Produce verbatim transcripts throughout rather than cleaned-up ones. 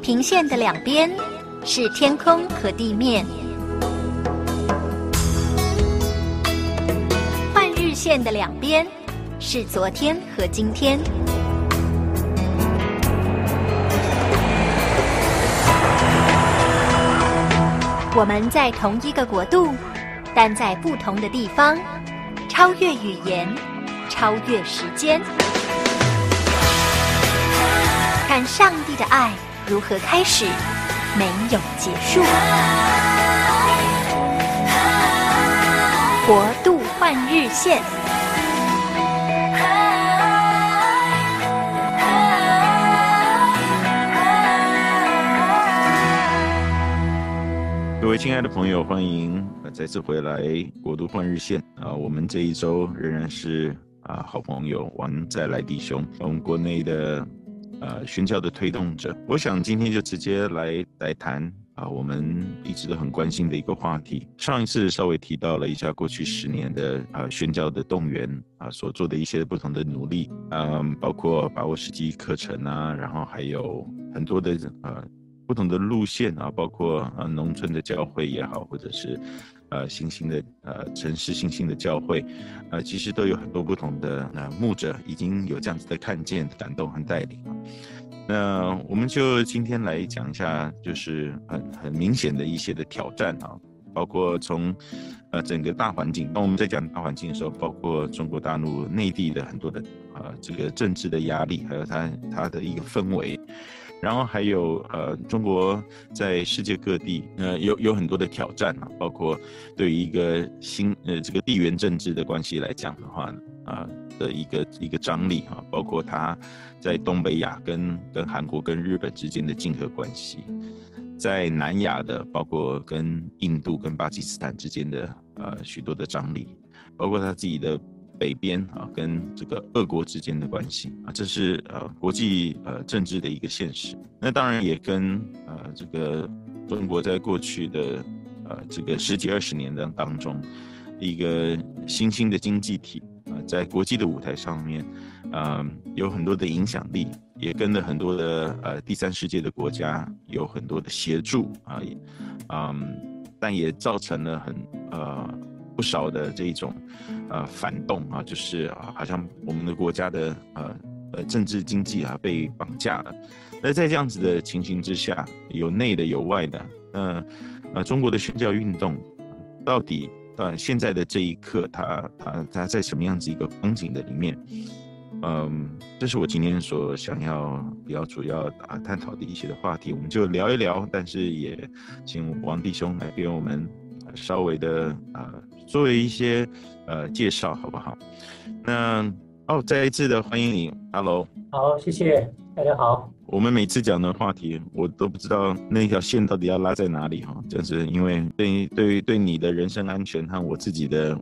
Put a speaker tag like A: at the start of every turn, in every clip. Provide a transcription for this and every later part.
A: 平线的两边是天空和地面，换日线的两边是昨天和今天。我们在同一个国度，但在不同的地方，超越语言，超越时间。看上帝的爱如何开始，没有结束。国度换日线。
B: 各位亲爱的朋友，欢迎再次回来国度换日线啊！我们这一周仍然是啊好朋友王再来弟兄，我们国内的呃宣教的推动者。我想今天就直接来来谈啊我们一直都很关心的一个话题。上一次稍微提到了一下过去十年的啊宣教的动员啊所做的一些不同的努力，嗯，包括把握实际课程啊，然后还有很多的呃。不同的路线啊，包括呃农村的教会也好，或者是呃新兴的呃城市新兴的教会，呃其实都有很多不同的呃牧者已经有这样子的看见、感动和带领。那我们就今天来讲一下，就是很很明显的一些的挑战啊，包括从呃整个大环境。当我们在讲大环境的时候，包括中国大陆内地的很多的呃这个政治的压力，还有它它的一个氛围。然后还有呃，中国在世界各地呃有有很多的挑战啊，包括对于一个新呃这个地缘政治的关系来讲的话啊、呃、的一个一个张力啊，包括它在东北亚跟跟韩国跟日本之间的竞合关系，在南亚的包括跟印度跟巴基斯坦之间的呃许多的张力，包括它自己的。北边啊，跟这个俄国之间的关系啊，这是呃国际呃政治的一个现实。那当然也跟呃这个中国在过去的呃这个十几二十年的当中，一个新兴的经济体啊、呃，在国际的舞台上面，呃有很多的影响力，也跟了很多的呃第三世界的国家有很多的协助啊，嗯，但也造成了很呃。不少的这种呃反动啊，就是啊，好像我们的国家的呃呃政治经济啊被绑架了。那在这样子的情形之下，有内的有外的，那呃中国的宣教运动到底呃现在的这一刻，它它它在什么样子一个光景的里面？嗯，这是我今天所想要比较主要啊探讨的一些的话题，我们就聊一聊，但是也请王弟兄来给我们稍微的啊。呃作为一些呃介绍，好不好？那哦，再一次的欢迎你 ，Hello。
C: 好，谢谢大家好。
B: 我们每次讲的话题，我都不知道那条线到底要拉在哪里哈，就是因为对对对你的人身安全和我自己的，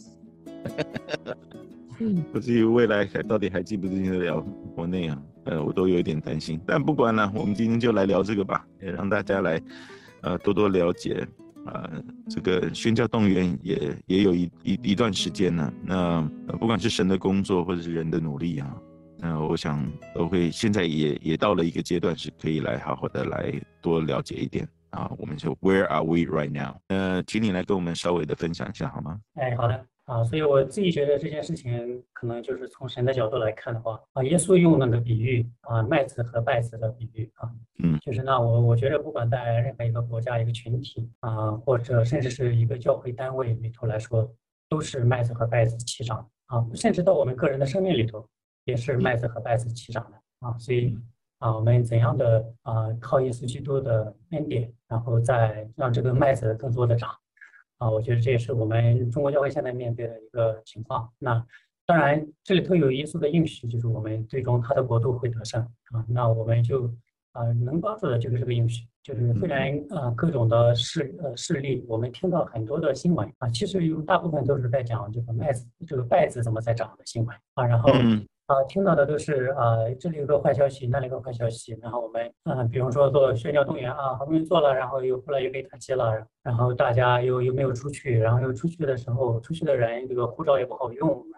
B: 我自己未来还到底还记不记得了国内啊？呃，我都有一点担心。但不管了，我们今天就来聊这个吧，也让大家来呃多多了解。呃，这个宣教动员也也有一一一段时间了。那、呃、不管是神的工作或者是人的努力啊，那、呃、我想都会现在也也到了一个阶段，是可以来好好的来多了解一点啊。我们就 Where are we right now？ 呃，请你来跟我们稍微的分享一下好吗？
C: 哎，好的啊。所以我自己觉得这件事情可能就是从神的角度来看的话啊，耶稣用那个比喻啊，麦子和稗子的比喻啊。嗯，就是那我我觉得不管在任何一个国家、一个群体啊，或者甚至是一个教会单位里头来说，都是麦子和稗子齐长啊，甚至到我们个人的生命里头，也是麦子和稗子齐长的啊。所以啊，我们怎样的啊靠耶稣基督的恩典，然后再让这个麦子更多的长啊，我觉得这也是我们中国教会现在面对的一个情况。那当然，这里头有耶稣的应许，就是我们最终他的国度会得胜啊。那我们就。呃，能帮助的就是这个应许，就是虽然呃各种的势呃势力，我们听到很多的新闻啊，其实有大部分都是在讲这个麦子这个稗子怎么在涨的新闻啊，然后啊、呃、听到的都是啊、呃、这里有个坏消息，那里有个坏消息，然后我们啊、呃、比如说做宣教动员啊，好不容易做了，然后又后来又被打击了，然后大家又又没有出去，然后又出去的时候，出去的人这个护照也不好用，然后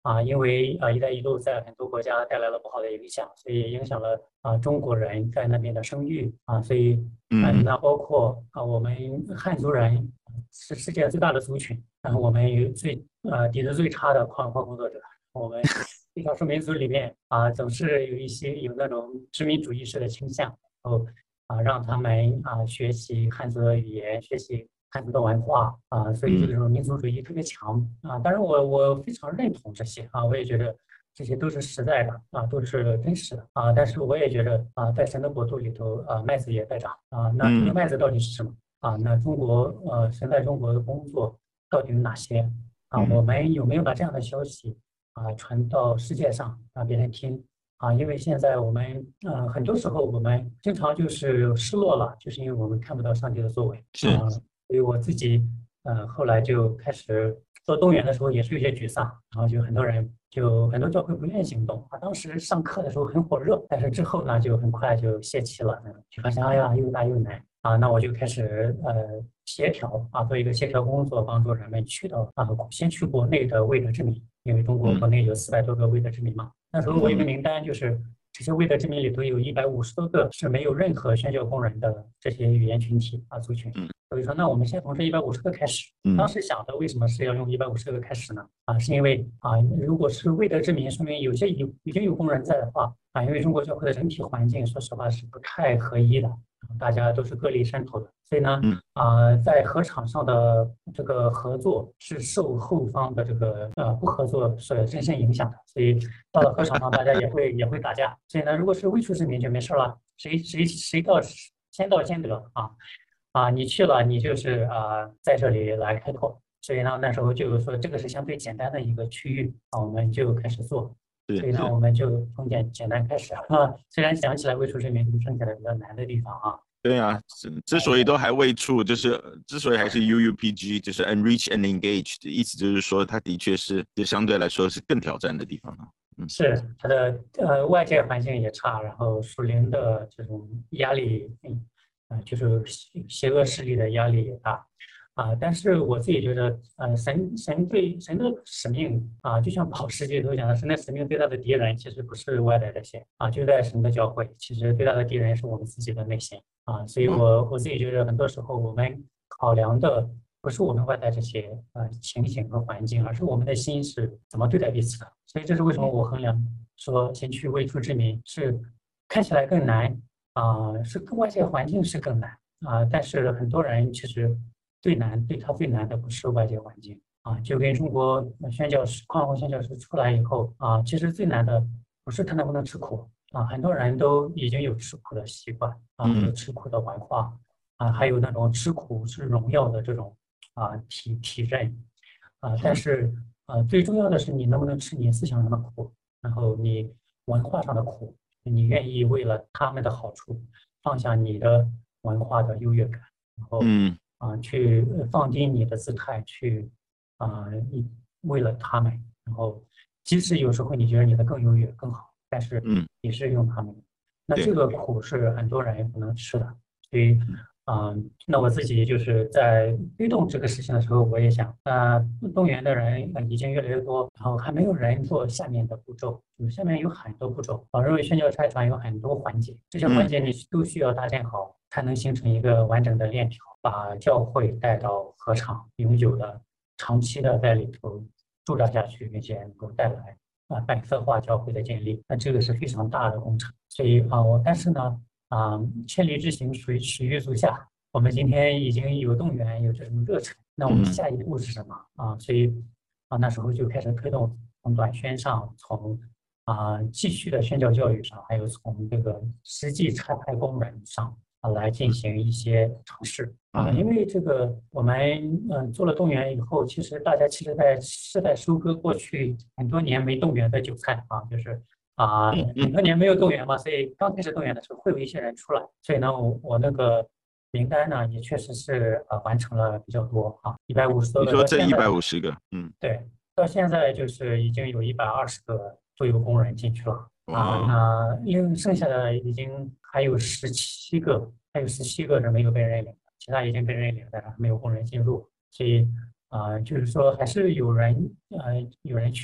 C: 啊，因为啊“一带一路”在很多国家带来了不好的影响，所以影响了啊中国人在那边的声誉啊，所以嗯，那包括啊我们汉族人是世界最大的族群，然后我们有最呃底子最差的跨文化工作者，我们少数民族里面啊总是有一些有那种殖民主义式的倾向，然后啊让他们啊学习汉族的语言，学习汉族的文化啊，所以这种民族主义特别强啊。当然我我非常认同这些啊，我也觉得这些都是实在的啊，都是真实的啊。但是我也觉得啊，在神的国度里头啊，麦子也在长啊。那这个麦子到底是什么啊？那中国呃，神在中国的工作到底有哪些啊？我们有没有把这样的消息啊传到世界上让别人听？啊，因为现在我们呃很多时候我们经常就是失落了，就是因为我们看不到上帝的作为啊。所以我自己呃后来就开始做动员的时候也是有些沮丧，然后就很多人就很多教会不愿意行动啊。当时上课的时候很火热，但是之后呢就很快就泄气了，就发现哎呀又大又难啊。那我就开始呃协调啊，做一个协调工作，帮助人们去到啊先去国内的未得之民，因为中国国内有四百多个未得之民嘛。那时候我有个名单，就是这些未得之民里头有一百五十多个是没有任何宣教工人的这些语言群体啊族群。所以说，那我们先从这一百五十个开始。当时想的为什么是要用一百五十个开始呢？啊，是因为啊，如果是未得之民，说明有些有已经有工人在的话啊，因为中国教会的整体环境，说实话是不太合一的，大家都是各立山头的。所以呢，啊，在合场上的这个合作是受后方的这个呃不合作所深深影响的，所以到了合场上，大家也会也会打架。所以呢，如果是未出之民就没事了，谁谁谁到先到先得啊啊，你去了，你就是啊在这里来开拓。所以呢，那时候就说这个是相对简单的一个区域啊，我们就开始做。所以呢，我们就从简简单开始啊。虽然想起来未出之民是剩下的比较难的地方啊。
B: 对啊，之所以都还未出，就是之所以还是 U U P G， 就是 Unreached and Engaged， 意思就是说，它的确是就相对来说是更挑战的地方啊。
C: 嗯，是它的呃外界环境也差，然后属灵的这种压力，嗯，啊、呃，就是邪恶势力的压力也大。啊，但是我自己觉得，呃，神神对神的使命啊，就像保时捷都讲的，神的使命最大的敌人其实不是外在这些啊，就在神的教会，其实最大的敌人是我们自己的内心啊。所以我我自己觉得，很多时候我们考量的不是我们外在这些呃情形和环境，而是我们的心是怎么对待彼此的。所以这是为什么我衡量说先去未出之民是看起来更难啊，是外界环境是更难啊，但是很多人其实。最难对他最难的不是外界环境啊，就跟中国宣教师、跨文化宣教师出来以后啊，其实最难的不是他能不能吃苦啊，很多人都已经有吃苦的习惯啊，有吃苦的文化啊，还有那种吃苦是荣耀的这种啊体体认啊，但是啊，最重要的是你能不能吃你思想上的苦，然后你文化上的苦，你愿意为了他们的好处放下你的文化的优越感，然后嗯。啊，去放低你的姿态，去啊，你为了他们，然后即使有时候你觉得你的更优越、更好，但是你是用他们的，那这个苦是很多人不能吃的。所以啊，那我自己就是在推动这个事情的时候，我也想，啊，动员的人已经越来越多，然后还没有人做下面的步骤，就下面有很多步骤。我认为宣教差传有很多环节，这些环节你都需要搭建好，才能形成一个完整的链条。把教会带到合场，永久的、长期的在里头驻扎下去，并且能够带来啊百色化教会的建立，那这个是非常大的工程。所以啊，我但是呢啊，千里之行，始始于足下。我们今天已经有动员，有这种热忱，那我们下一步是什么啊？所以啊，那时候就开始推动从短宣上，从啊继续的宣教教育上，还有从这个实际差派工人上。啊，来进行一些尝试啊，因为这个我们嗯做了动员以后，其实大家其实在是在收割过去很多年没动员的韭菜啊，就是啊很多年没有动员嘛，所以刚开始动员的时候会有一些人出来，所以呢我我那个名单呢也确实是呃完成了比较多啊，一百五十多个。
B: 你说这一百五十个，嗯，
C: 对，到现在就是已经有一百二十个作业工人进去了。啊，那因为剩下的已经还有十七个，还有十七个是没有被认领的，其他已经被认领，但是还没有工人进入，所以啊、呃，就是说还是有人呃有人去了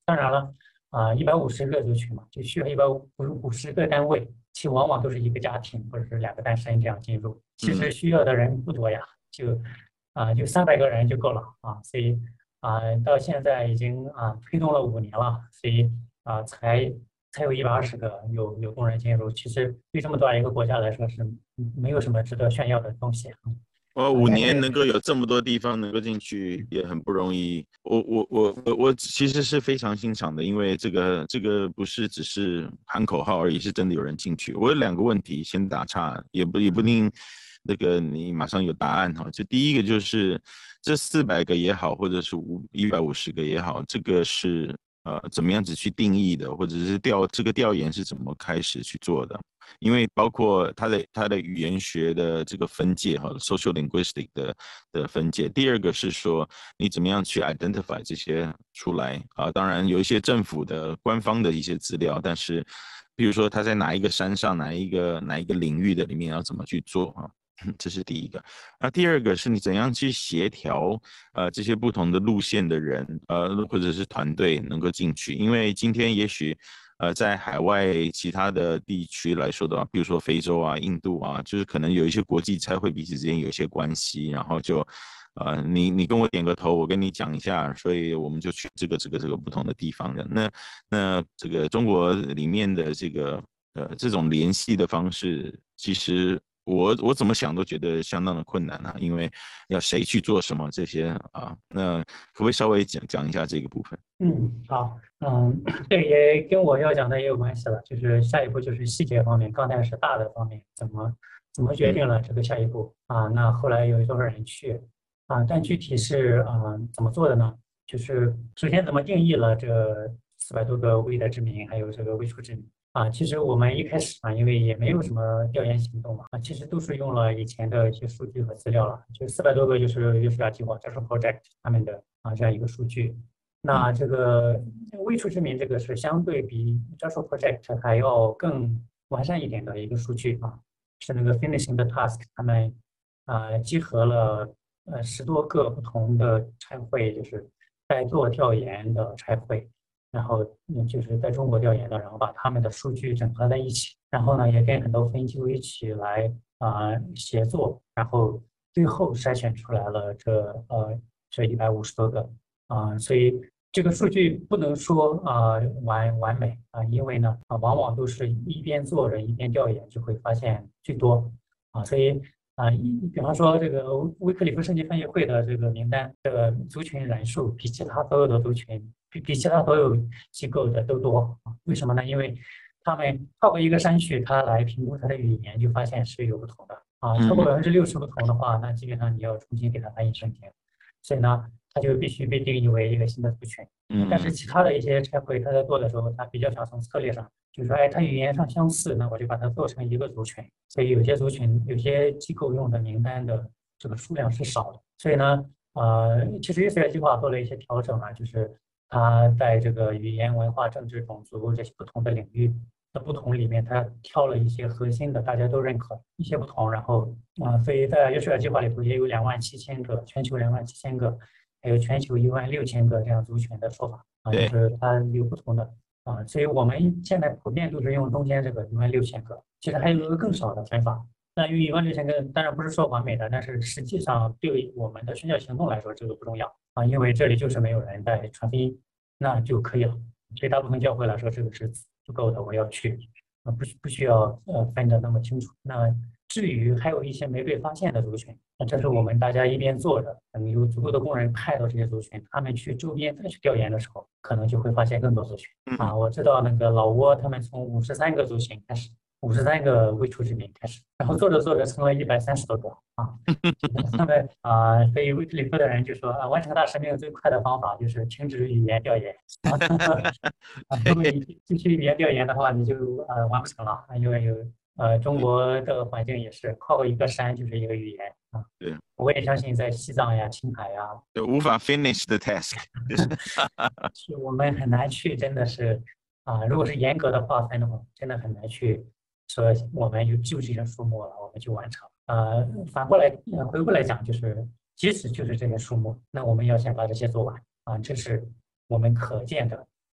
C: 当然了，啊，一百五十个族群嘛，就需要一百五五十个单位，其往往都是一个家庭或者是两个单身这样进入。其实需要的人不多呀，就啊就三百个人就够了啊。所以啊到现在已经啊推动了五年了，所以啊才才有一百二十个有有工人进入。其实对这么大一个国家来说是没有什么值得炫耀的东西。
B: 哦，五年能够有这么多地方能够进去也很不容易。我我我我我其实是非常欣赏的，因为这个这个不是只是喊口号而已，是真的有人进去。我有两个问题，先打岔，也不也不一定那个你马上有答案哈。就第一个就是这四百个也好，或者是五一百五十个也好，这个是呃怎么样子去定义的，或者是调这个调研是怎么开始去做的？因为包括它的它的语言学的这个分界哈 ，social linguistic 的的分界。第二个是说你怎么样去 identify 这些出来啊？当然有一些政府的官方的一些资料，但是比如说它在哪一个山上，哪一个哪一个领域的里面要怎么去做啊？这是第一个。那第二个是你怎样去协调呃这些不同的路线的人呃或者是团队能够进去，因为今天也许。呃，在海外其他的地区来说的话，比如说非洲啊、印度啊，就是可能有一些国际才会彼此之间有一些关系，然后就，呃，你你跟我点个头，我跟你讲一下，所以我们就去这个这个这个不同的地方的。那那这个中国里面的这个呃这种联系的方式，其实。我我怎么想都觉得相当的困难啊，因为要谁去做什么这些啊，那可不可以稍微讲讲一下这个部分？
C: 嗯，好，嗯，这也跟我要讲的也有关系了，就是下一步就是细节方面，刚才是大的方面，怎么怎么决定了这个下一步啊？那后来有多少人去啊？但具体是啊怎么做的呢？就是首先怎么定义了这四百多个未的之民，还有这个未出之民。啊，其实我们一开始啊，因为也没有什么调研行动嘛，啊，其实都是用了以前的一些数据和资料了，就四百多个就是约书亚计划 Joshua Project 他们的啊这样一个数据。那这个未出之民这个是相对比 Joshua Project 还要更完善一点的一个数据啊，是那个 Finishing the Task 他们啊集合了呃十多个不同的差会，就是在做调研的差会。然后嗯，就是在中国调研的，然后把他们的数据整合在一起，然后呢，也跟很多分机构一起来啊、呃、协作，然后最后筛选出来了这呃这一百五十多个啊、呃，所以这个数据不能说啊、呃、完完美啊、呃，因为呢啊、呃、往往都是一边做着一边调研，就会发现最多啊，所以。啊，比方说这个威克里夫圣经翻译会的这个名单的族群人数比其他所有的族群比比其他所有机构的都多啊？为什么呢？因为他们透过一个筛选，他来评估他的语言，就发现是有不同的啊，超过百分之六十不同的话，那基本上你要重新给他翻译圣经，所以呢，他就必须被定义为一个新的族群。但是其他的一些差会，他在做的时候，他比较想从策略上。就是说，哎，它语言上相似，那我就把它做成一个族群。所以有些族群，有些机构用的名单的这个数量是少的。所以呢，呃，其实约书亚计划做了一些调整啊，就是它在这个语言、文化、政治、种族这些不同的领域的不同里面，它挑了一些核心的，大家都认可一些不同。然后啊、呃，所以在约书亚计划里头也有两万七千个，全球两万七千个，还有全球一万六千个这样族群的说法啊，就是它有不同的。啊，所以我们现在普遍都是用中间这个一万六千个，其实还有一个更少的分法。那用一万六千个，当然不是说完美的，但是实际上对我们的宣教行动来说，这个不重要啊，因为这里就是没有人在传福音，那就可以了。对大部分教会来说，这个是足够的，我要去啊，不不需要呃分得那么清楚。那至于还有一些没被发现的族群，那这是我们大家一边做着，等有足够的工人派到这些族群，他们去周边再去调研的时候，可能就会发现更多族群啊。我知道那个老挝他们从五十三个族群开始，五十三个未出之民开始，然后做着做着成了一百三十多个啊。他们啊，所以威克里夫的人就说啊，完成大使命最快的方法就是停止语言调研啊。如果你继续语言调研的话，你就呃完不成了，因为有。呃，中国的环境也是，跨过一个山就是一个语言啊。
B: 对，
C: 我也相信在西藏呀、青海呀，
B: 就无法 finish the task
C: 是我们很难去，真的是啊，如果是严格的划分的话，真的很难去说我们有就这些数目了，我们就完成。呃，反过来，回过来讲，就是即使就是这些数目，那我们要先把这些做完啊，这是我们可见的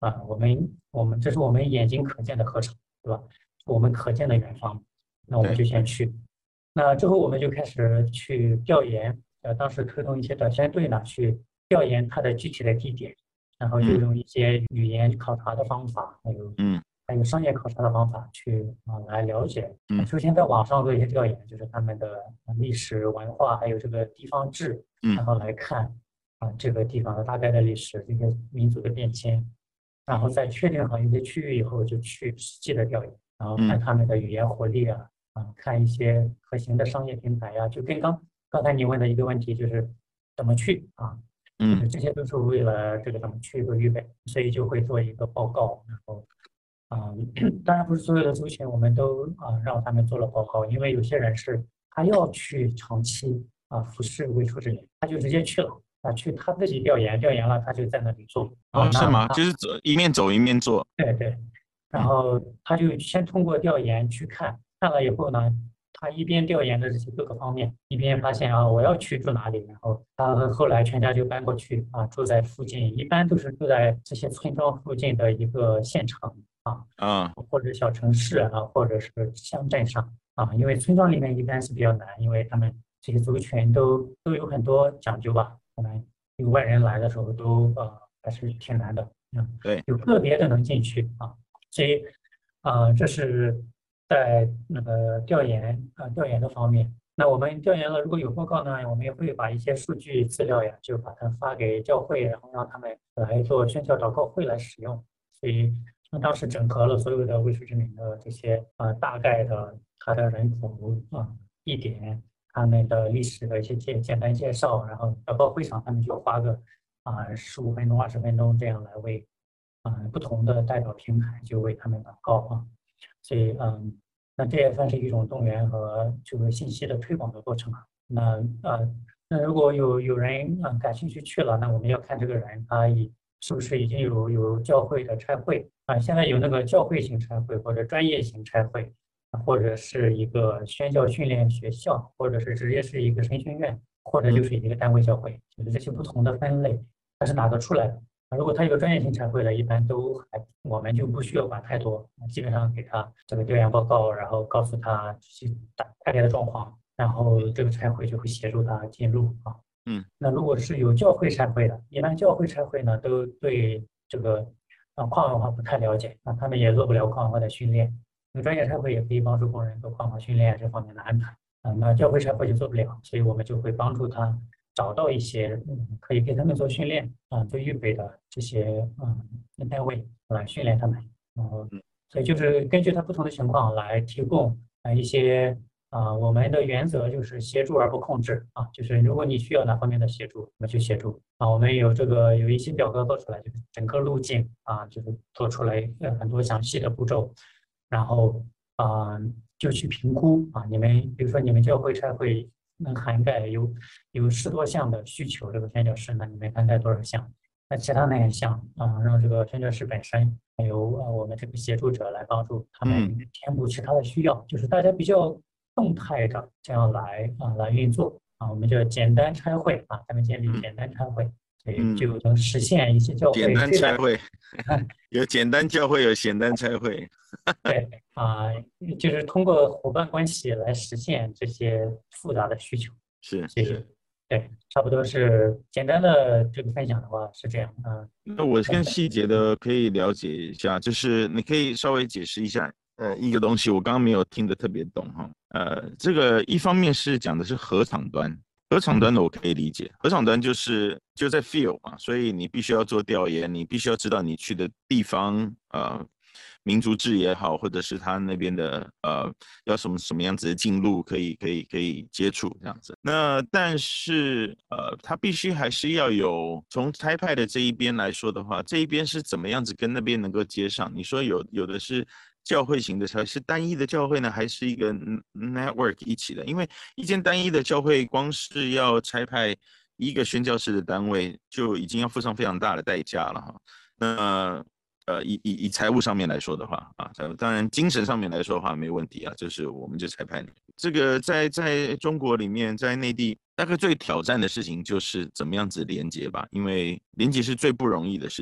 C: 啊，我们我们这是我们眼睛可见的合场，对吧？我们可见的远方，那我们就先去。那之后我们就开始去调研，呃，当时推动一些短宣队呢去调研它的具体的地点，然后就用一些语言考察的方法，还有嗯，还有商业考察的方法去啊来了解。嗯，首先在网上做一些调研，就是他们的历史文化，还有这个地方志，然后来看啊这个地方的大概的历史，这些民族的变迁，然后在确定好一些区域以后，就去实际的调研，然后看他们的语言活力啊。啊，看一些可行的商业平台呀、啊，就跟刚刚才你问的一个问题，就是怎么去啊？嗯，这些都是为了这个怎么去做预备，所以就会做一个报告，然后啊，当然不是所有的族群我们都啊让他们做了报告，因为有些人是他要去长期啊服侍未出之人，他就直接去了啊，去他自己调研，调研了他就在那里做
B: 啊，哦、是吗？就是走一面走一面做，
C: 对对，然后他就先通过调研去看。看了以后呢，他一边调研的这些各个方面，一边发现啊，我要去住哪里，然后他后来全家就搬过去啊，住在附近，一般都是住在这些村庄附近的一个县城啊，啊，或者小城市啊，或者是乡镇上啊，因为村庄里面一般是比较难，因为他们这些族群都都有很多讲究吧，可能有外人来的时候都呃还是挺难的，嗯，
B: 对，
C: 有个别的能进去啊，所以啊，这是。在那个调研啊调研的方面，那我们调研了，如果有报告呢，我们也会把一些数据资料呀，就把它发给教会，然后让他们来做宣教祷告会来使用。所以，那当时整合了所有的未出之名的这些啊大概的它的人口啊地点，他们的历史的一些简简单介绍，然后祷告会上他们就花个啊十五分钟、二十分钟这样来为啊不同的代表平台就为他们祷告啊。所以，嗯，那这也算是一种动员和就是信息的推广的过程啊。那呃，那如果有有人嗯感兴趣去了，那我们要看这个人他已是不是已经有有教会的差会啊？现在有那个教会型差会或者专业型差会，或者是一个宣教训练学校，或者是直接是一个神学院，或者就是一个单位教会，就是这些不同的分类，它是哪个出来的？如果他有专业性差会的，一般都还我们就不需要管太多，基本上给他这个调研报告，然后告诉他大大概的状况，然后这个差会就会协助他进入啊。嗯，那如果是有教会差会的，一般教会差会呢都对这个啊跨文化不太了解，那他们也做不了跨文化的训练。那专业差会也可以帮助工人做跨文化训练这方面的安排啊，那教会差会就做不了，所以我们就会帮助他。找到一些嗯可以给他们做训练啊，做预备的这些嗯单位来训练他们，然后所以就是根据他不同的情况来提供啊一些啊我们的原则就是协助而不控制啊，就是如果你需要哪方面的协助，我们就协助啊。我们有这个有一些表格做出来，就是整个路径啊，就是做出来呃很多详细的步骤，然后啊就去评估啊，你们比如说你们教会差会。能涵盖有有十多项的需求，这个宣教师那你们涵盖多少项？那其他那些项啊，让这个宣教师本身还有啊我们这个协助者来帮助他们填补其他的需要，嗯、就是大家比较动态的这样来啊来运作啊，我们叫简单差会啊，咱们建立简单差会，所以就能实现一些教会
B: 简单差会，有简单教会，有简单差会。
C: 对啊、呃，就是通过伙伴关系来实现这些复杂的需求。
B: 是
C: 是，对，差不多是简单的这个分享的话是这样啊。
B: 那我更细节的可以了解一下，就是你可以稍微解释一下，呃，一个东西我刚刚没有听得特别懂哈。呃，这个一方面是讲的是合场端。合场端的我可以理解，合场端就是就在 field 嘛，所以你必须要做调研，你必须要知道你去的地方，呃，民族志也好，或者是他那边的呃要什么什么样子的进入可以可以可以接触这样子。那但是呃，他必须还是要有从差派的这一边来说的话，这一边是怎么样子跟那边能够接上？你说有有的是。教会型的才是单一的教会呢，还是一个 network 一起的？因为一间单一的教会，光是要差派一个宣教士的单位，就已经要付上非常大的代价了哈。那呃，以以以财务上面来说的话啊，当然精神上面来说的话没问题啊，就是我们就差派你。这个在在中国里面，在内地，大概最挑战的事情就是怎么样子连接吧，因为连接是最不容易的事情。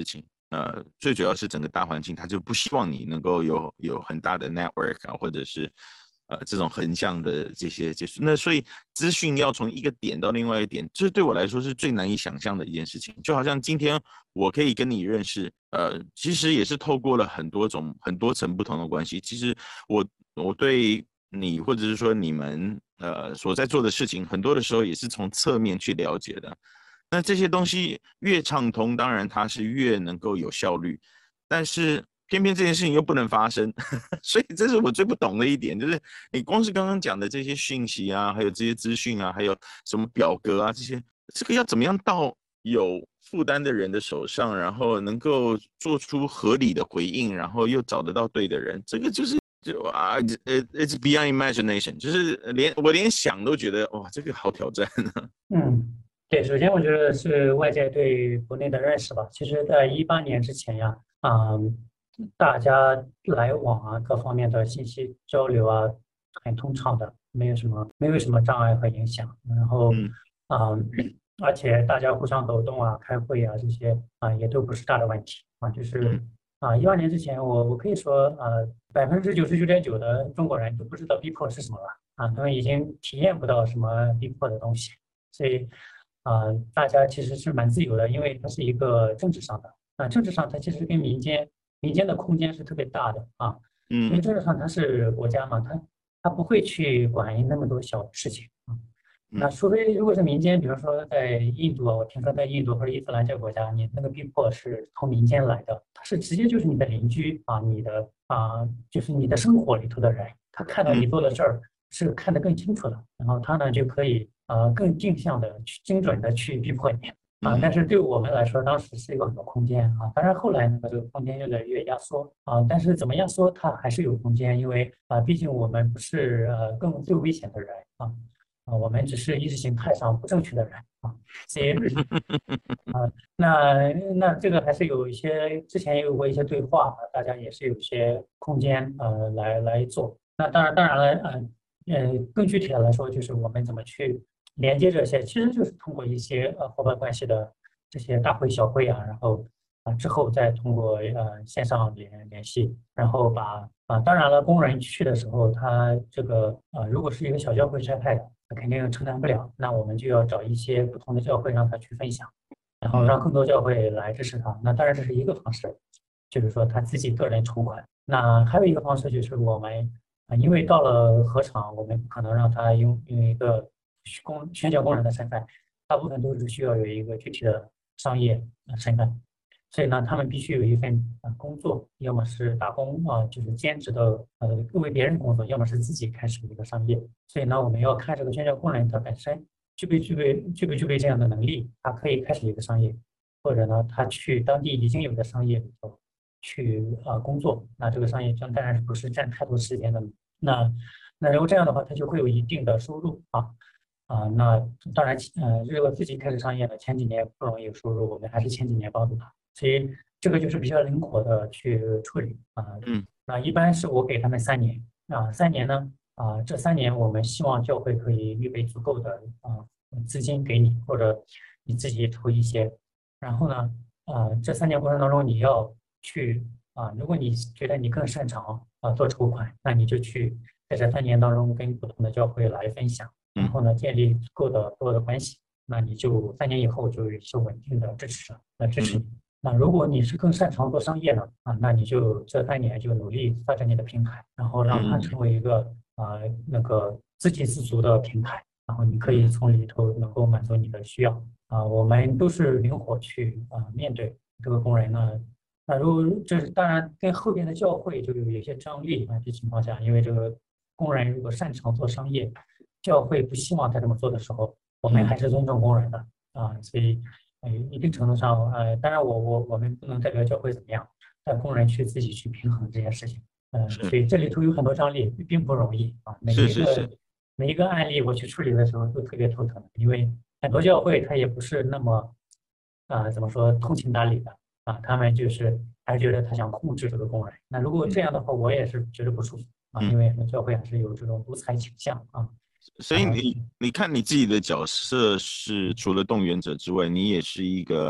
B: 呃，最主要是整个大环境，他就不希望你能够有有很大的 network 啊，或者是呃这种横向的这些接触。那所以资讯要从一个点到另外一个点，这对我来说是最难以想象的一件事情。就好像今天我可以跟你认识，呃，其实也是透过了很多种、很多层不同的关系。其实我我对你或者是说你们呃所在做的事情，很多的时候也是从侧面去了解的。那这些东西越畅通，当然它是越能够有效率，但是偏偏这件事情又不能发生，所以这是我最不懂的一点，就是你光是刚刚讲的这些讯息啊，还有这些资讯啊，还有什么表格啊，这些这个要怎么样到有负担的人的手上，然后能够做出合理的回应，然后又找得到对的人，这个就是就啊，it's beyond imagination， 就是连我连想都觉得哇，这个好挑战啊。
C: 嗯。对，首先我觉得是外界对国内的认识吧。其实，在一八年之前呀，啊、嗯，大家来往啊，各方面的信息交流啊，很通畅的，没有什么没有什么障碍和影响。然后，
B: 嗯
C: 啊、嗯，而且大家互相走动啊、开会啊这些啊，也都不是大的问题啊。就是啊，一八年之前，我我可以说，呃，百分之九十九点九的中国人都不知道逼迫是什么了啊，他们已经体验不到什么逼迫的东西，所以。啊、呃，大家其实是蛮自由的，因为它是一个政治上的啊、呃，政治上它其实跟民间民间的空间是特别大的啊，因为
B: 嗯
C: 政治上它是国家嘛，它它不会去管那么多小事情啊。那除非如果是民间，比如说在印度啊，我听说在印度或者伊斯兰教国家，你那个逼迫是从民间来的，它是直接就是你的邻居啊，你的啊，就是你的生活里头的人，他看到你做的事儿是看得更清楚的，然后他呢就可以。呃，更定向的、去精准的去逼迫你啊。但是对我们来说，当时是有很多空间啊。当然后来呢，这个空间越来越压缩啊。但是怎么压缩，它还是有空间，因为啊，毕竟我们不是呃更最危险的人啊啊，我们只是意识形态上不正确的人啊。所以啊，那那这个还是有一些之前也有过一些对话，大家也是有一些空间呃来来做。那当然当然了，嗯呃，更具体的来说，就是我们怎么去。连接这些其实就是通过一些呃伙伴关系的这些大会小会啊，然后啊之后再通过呃线上联联系，然后把啊当然了，工人去的时候，他这个啊如果是一个小教会拆派的，他肯定承担不了，那我们就要找一些不同的教会让他去分享，然后让更多教会来支持他。那当然这是一个方式，就是说他自己个人筹款。那还有一个方式就是我们啊，因为到了合场，我们不可能让他用用一个。工宣教工人的身份，大部分都是需要有一个具体的商业身份，所以呢，他们必须有一份呃工作，要么是打工啊，就是兼职的呃为别人工作，要么是自己开始一个商业。所以呢，我们要看这个宣教工人他本身具备具备具备具备这样的能力，他可以开始一个商业，或者呢，他去当地已经有的商业里头去啊、呃、工作，那这个商业当然是不是占太多时间的，那那如果这样的话，他就会有一定的收入啊。啊，那当然，呃，如果自己开始商业了，前几年不容易有收入，我们还是前几年帮助他，所以这个就是比较灵活的去处理啊。
B: 嗯，
C: 那一般是我给他们三年啊，三年呢啊，这三年我们希望教会可以预备足够的啊资金给你，或者你自己投一些，然后呢啊，这三年过程当中你要去啊，如果你觉得你更擅长啊做筹款，那你就去在这三年当中跟不同的教会来分享。然后呢，建立足够的多的关系，那你就三年以后就有一些稳定的支持者来支持你。那如果你是更擅长做商业呢，啊，那你就这三年就努力发展你的平台，然后让它成为一个啊、呃、那个自给自足的平台，然后你可以从里头能够满足你的需要啊。我们都是灵活去啊面对这个工人呢。那如果这是当然跟后边的教会就有一些张力啊，这情况下，因为这个工人如果擅长做商业。教会不希望他这么做的时候，我们还是尊重工人的啊，所以呃一定程度上，呃，当然我我我们不能代表教会怎么样，但工人去自己去平衡这件事情，嗯、呃，所以这里头有很多张力，并不容易啊。每一个每一个案例我去处理的时候都特别头疼，因为很多教会他也不是那么啊、呃、怎么说通情达理的啊，他们就是还是觉得他想控制这个工人。那如果这样的话，我也是觉得不舒服啊，因为很多教会还是有这种独裁倾向啊。
B: 所以你你看你自己的角色是除了动员者之外，你也是一个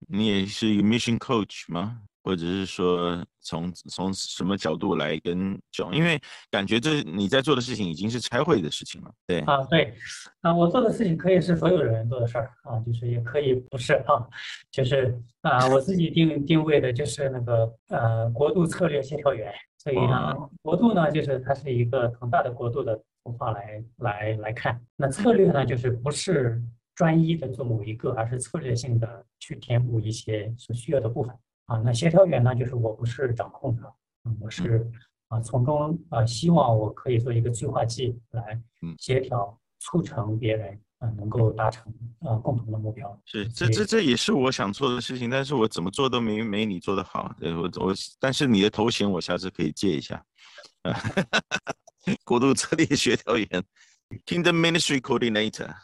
B: 你也是一个 mission coach 吗？或者是说从从什么角度来跟教？因为感觉这你在做的事情已经是差会的事情了。对
C: 啊，对，啊，我做的事情可以是所有人做的事儿啊，就是也可以不是啊，就是啊，我自己定定位的就是那个呃国度策略协调员，所以呢，
B: 哦，
C: 国度呢就是它是一个恒大的国度的文化来来来看，那策略呢就是不是专一的做某一个，而是策略性的去填补一些所需要的部分啊，那协调员呢就是我不是掌控者，嗯，我是。啊，从中啊，希望我可以做一个催化剂来
B: 嗯，
C: 协调、促成别人啊能够达成啊共同的目标。
B: 是，这
C: 所以
B: 这这也是我想做的事情，但是我怎么做都没没你做的好。对，我我，但是你的头衔我下次可以借一下。啊，国度策略协调员 ，Kingdom Ministry Coordinator。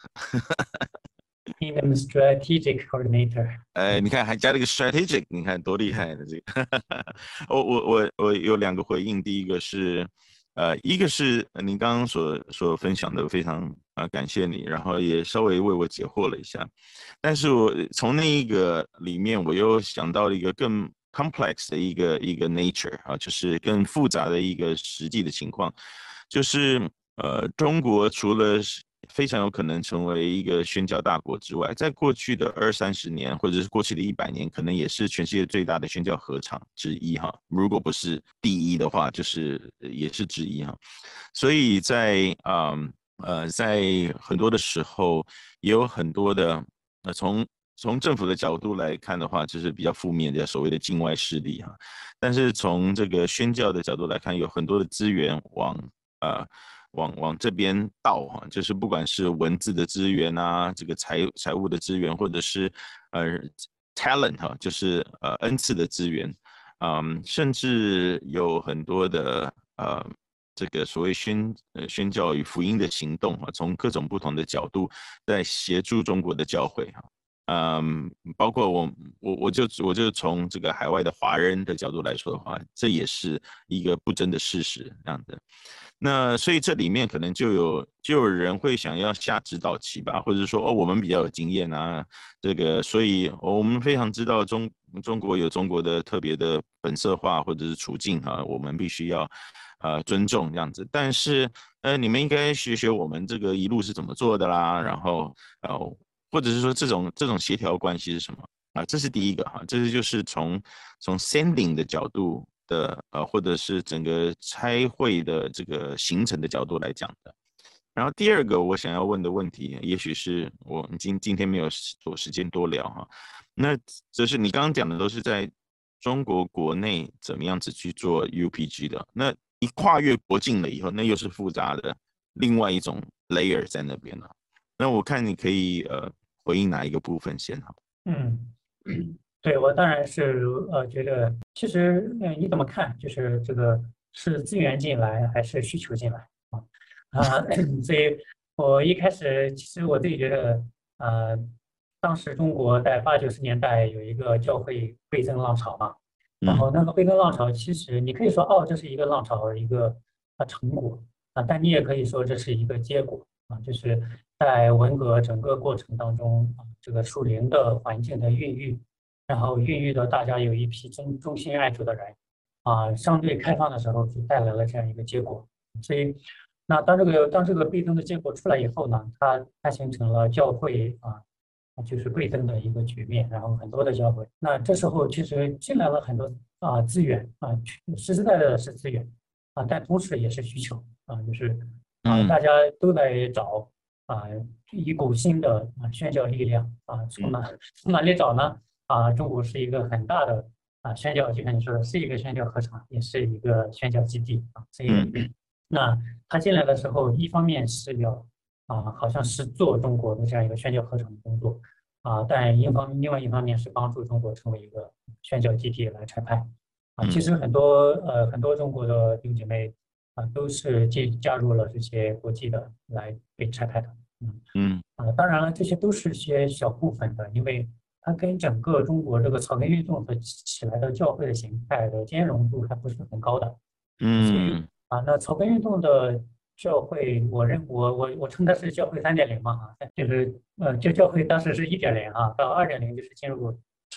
C: Kingdom Strategic Coordinator。
B: 哎，你看还加了一个 strategic，你看多厉害的这个。我我我我有两个回应，第一个是，呃，一个是您刚刚所所分享的，非常啊、呃、感谢你，然后也稍微为我解惑了一下。但是我从那一个里面，我又想到了一个更 complex 的一个一个 nature 啊，就是更复杂的一个实际的情况，就是呃，中国除了非常有可能成为一个宣教大国之外，在过去的二三十年，或者是过去的一百年，可能也是全世界最大的宣教合场之一哈。如果不是第一的话，就是也是之一哈。所以在啊 呃, 呃在很多的时候，也有很多的呃从从政府的角度来看的话，就是比较负面的所谓的境外势力哈。但是从这个宣教的角度来看，有很多的资源往呃。往往这边倒哈，就是不管是文字的资源啊，这个财财务的资源，或者是呃 talent 哈，就是呃恩赐的资源，嗯，甚至有很多的呃这个所谓宣呃宣教与福音的行动哈，从各种不同的角度在协助中国的教会哈。嗯，包括我我我就我就从这个海外的华人的角度来说的话，这也是一个不争的事实，这样的。那所以这里面可能就有就有人会想要下指导棋吧，或者说哦我们比较有经验啊，这个所以我们非常知道中中国有中国的特别的本色化或者是处境啊，我们必须要呃尊重这样子。但是呃你们应该学学我们这个一路是怎么做的啦，然后呃或者是说这种这种协调关系是什么啊？这是第一个哈，这是就是从从 sending 的角度。的呃，或者是整个差会的这个行程的角度来讲的。然后第二个我想要问的问题，也许是我今今天没有多时间多聊哈。那这是你刚刚讲的都是在中国国内怎么样子去做 U P G 的，那一跨越国境了以后，那又是复杂的另外一种 layer 在那边了。那我看你可以呃回应哪一个部分先好？
C: 嗯。对，我当然是呃觉得，其实嗯、呃、你怎么看？就是这个是资源进来还是需求进来啊？啊，所以我一开始其实我自己觉得，呃，当时中国在八九十年代有一个教会倍增浪潮嘛，然后那个倍增浪潮其实你可以说哦，这是一个浪潮一个啊成果啊，但你也可以说这是一个结果啊，就是在文革整个过程当中啊，这个属灵的环境的孕育。然后孕育了大家有一批忠忠心爱主的人，啊，相对开放的时候就带来了这样一个结果。所以，那当这个当这个倍增的结果出来以后呢，它它形成了教会啊，就是倍增的一个局面。然后很多的教会，那这时候其实进来了很多啊资源啊，实实在在的是资源啊，但同时也是需求啊，就是啊大家都在找啊一股新的啊宣教力量啊，从哪从哪里找呢？啊，中国是一个很大的啊宣教，就像你说的，是一个宣教合场，也是一个宣教基地啊。所以，嗯、那他进来的时候，一方面是要啊，好像是做中国的这样一个宣教合场的工作啊，但一方另外一方面是帮助中国成为一个宣教基地来拆派啊。其实很多呃很多中国的弟兄姐妹啊，都是进加入了这些国际的来被拆派的。嗯嗯啊，当然了，这些都是些小部分的，因为。它跟整个中国这个草根运动的起来的教会的形态的兼容度还不是很高的，嗯，所以啊，那草根运动的教会，我认我我我称它是教会三点零嘛啊，就是呃，就教会当时是一点零啊，到二点零就是进入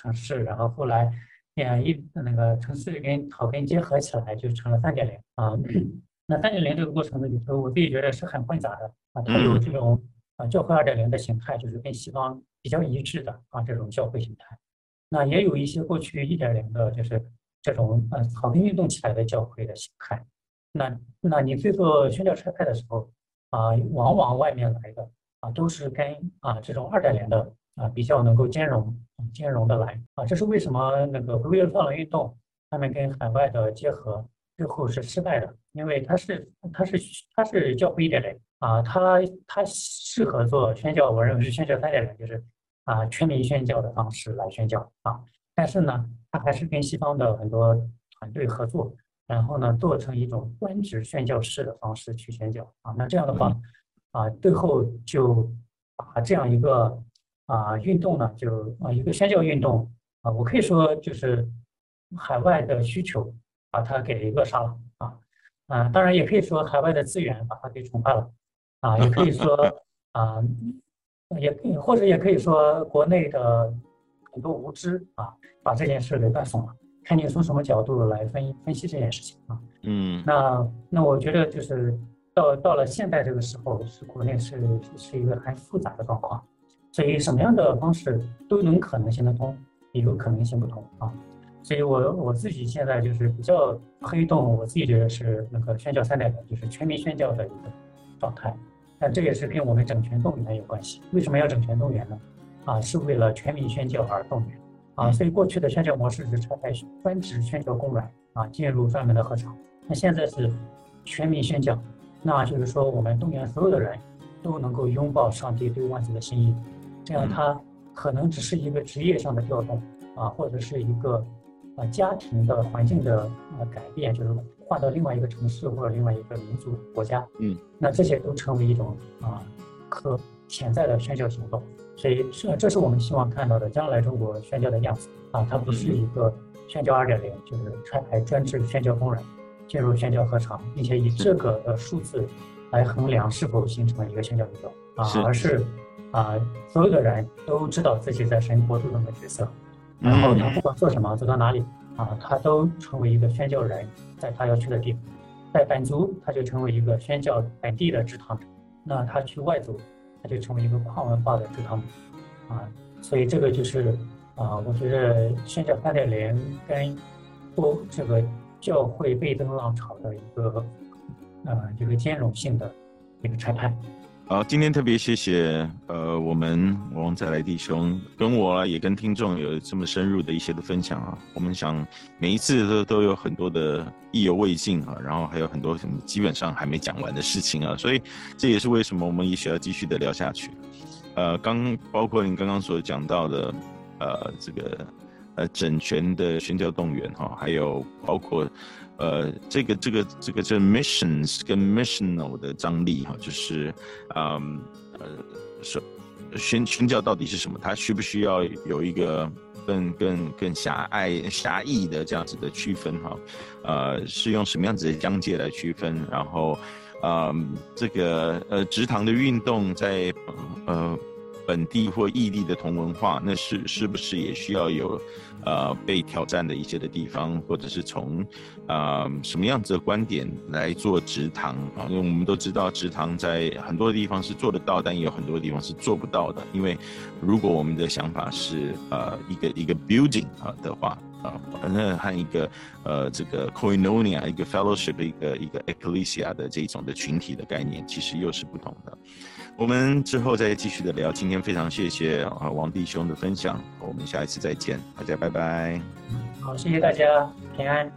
C: 城市，然后后来嗯一那个城市跟草根结合起来，就成了三点零啊。那三点零这个过程呢，里头我自己觉得是很混杂的啊，它有这种啊教会二点零的形态，就是跟西方比较一致的啊这种教会形态。那也有一些过去一点零的，就是这种呃草根运动起来的教会的形态。那那你在做宣教差派的时候啊，往往外面来的啊都是跟啊这种二点零的啊比较能够兼容兼容的来啊，这是为什么那个回归放冷运动他们跟海外的结合最后是失败的，因为它是它是它是教会一点零啊，它它适合做宣教，我认为是宣教三点零，就是啊全民宣教的方式来宣教啊，但是呢，它还是跟西方的很多团队合作。然后呢，做成一种专职宣教士的方式去宣教啊，那这样的话，啊，最后就把这样一个啊运动呢，就啊一个宣教运动啊，我可以说就是海外的需求把它给扼杀了啊，啊，当然也可以说海外的资源把它给宠坏了啊，也可以说啊，也可以或者也可以说国内的很多无知啊，把这件事给断送了。看你从什么角度来分分析这件事情啊？嗯，那那我觉得就是到到了现在这个时候，是国内是是一个很复杂的状况，所以什么样的方式都能可能行得通，也有可能行不通啊。所以我我自己现在就是比较推动，我自己觉得是那个宣教三点零，就是全民宣教的一个状态。但这也是跟我们整全动员有关系。为什么要整全动员呢？啊，是为了全民宣教而动员。啊，所以过去的宣教模式是差派专职宣教工人啊进入专门的合场，那现在是全民宣教，那就是说我们动员所有的人都能够拥抱上帝对万子的心意，这样他可能只是一个职业上的调动啊，或者是一个啊家庭的环境的啊改变，就是换到另外一个城市或者另外一个民族国家，嗯，那这些都成为一种啊可潜在的宣教行动。所以这这是我们希望看到的将来中国宣教的样子啊，它不是一个宣教二点零，就是差派专职宣教工人进入宣教合场，并且以这个的数字来衡量是否形成一个宣教运动啊，而是啊所有的人都知道自己在神国度中的角色，然后他不管做什么走到哪里啊，他都成为一个宣教人，在他要去的地方，在本族他就成为一个宣教本地的支堂者，那他去外族。它就成为一个跨文化的支堂啊，所以这个就是啊，我觉得宣教三点零跟不这个教会倍增浪潮的一个呃这个兼容性的一个拆派。
B: 好，今天特别谢谢呃我们王再来弟兄跟我也跟听众有这么深入的一些的分享啊，我们想每一次都都有很多的意犹未尽啊，然后还有很多什么基本上还没讲完的事情啊，所以这也是为什么我们也需要继续的聊下去。呃，刚包括您刚刚所讲到的呃这个呃整全的宣教动员哈，还有包括。呃，这个这个这个这 missions 跟 missional 的张力哈，就是嗯呃宣宣教到底是什么？它需不需要有一个更更更狭隘狭义的这样子的区分哈？呃，是用什么样子的疆界来区分？然后，呃，这个呃职堂的运动在呃本地或异地的同文化，那是是不是也需要有？呃，被挑战的一些的地方，或者是从呃什么样子的观点来做职堂啊？因为我们都知道职堂在很多地方是做得到，但也有很多地方是做不到的。因为如果我们的想法是呃一个一个 building 啊的话啊，那和一个呃这个 koinonia 一个 fellowship 一个一个 ecclesia 的这种的群体的概念，其实又是不同的。我们之后再继续的聊。今天非常谢谢啊王弟兄的分享，我们下一次再见，大家拜拜。
C: 好，谢谢大家，平安。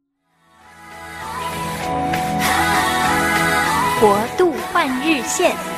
A: 国度换日线。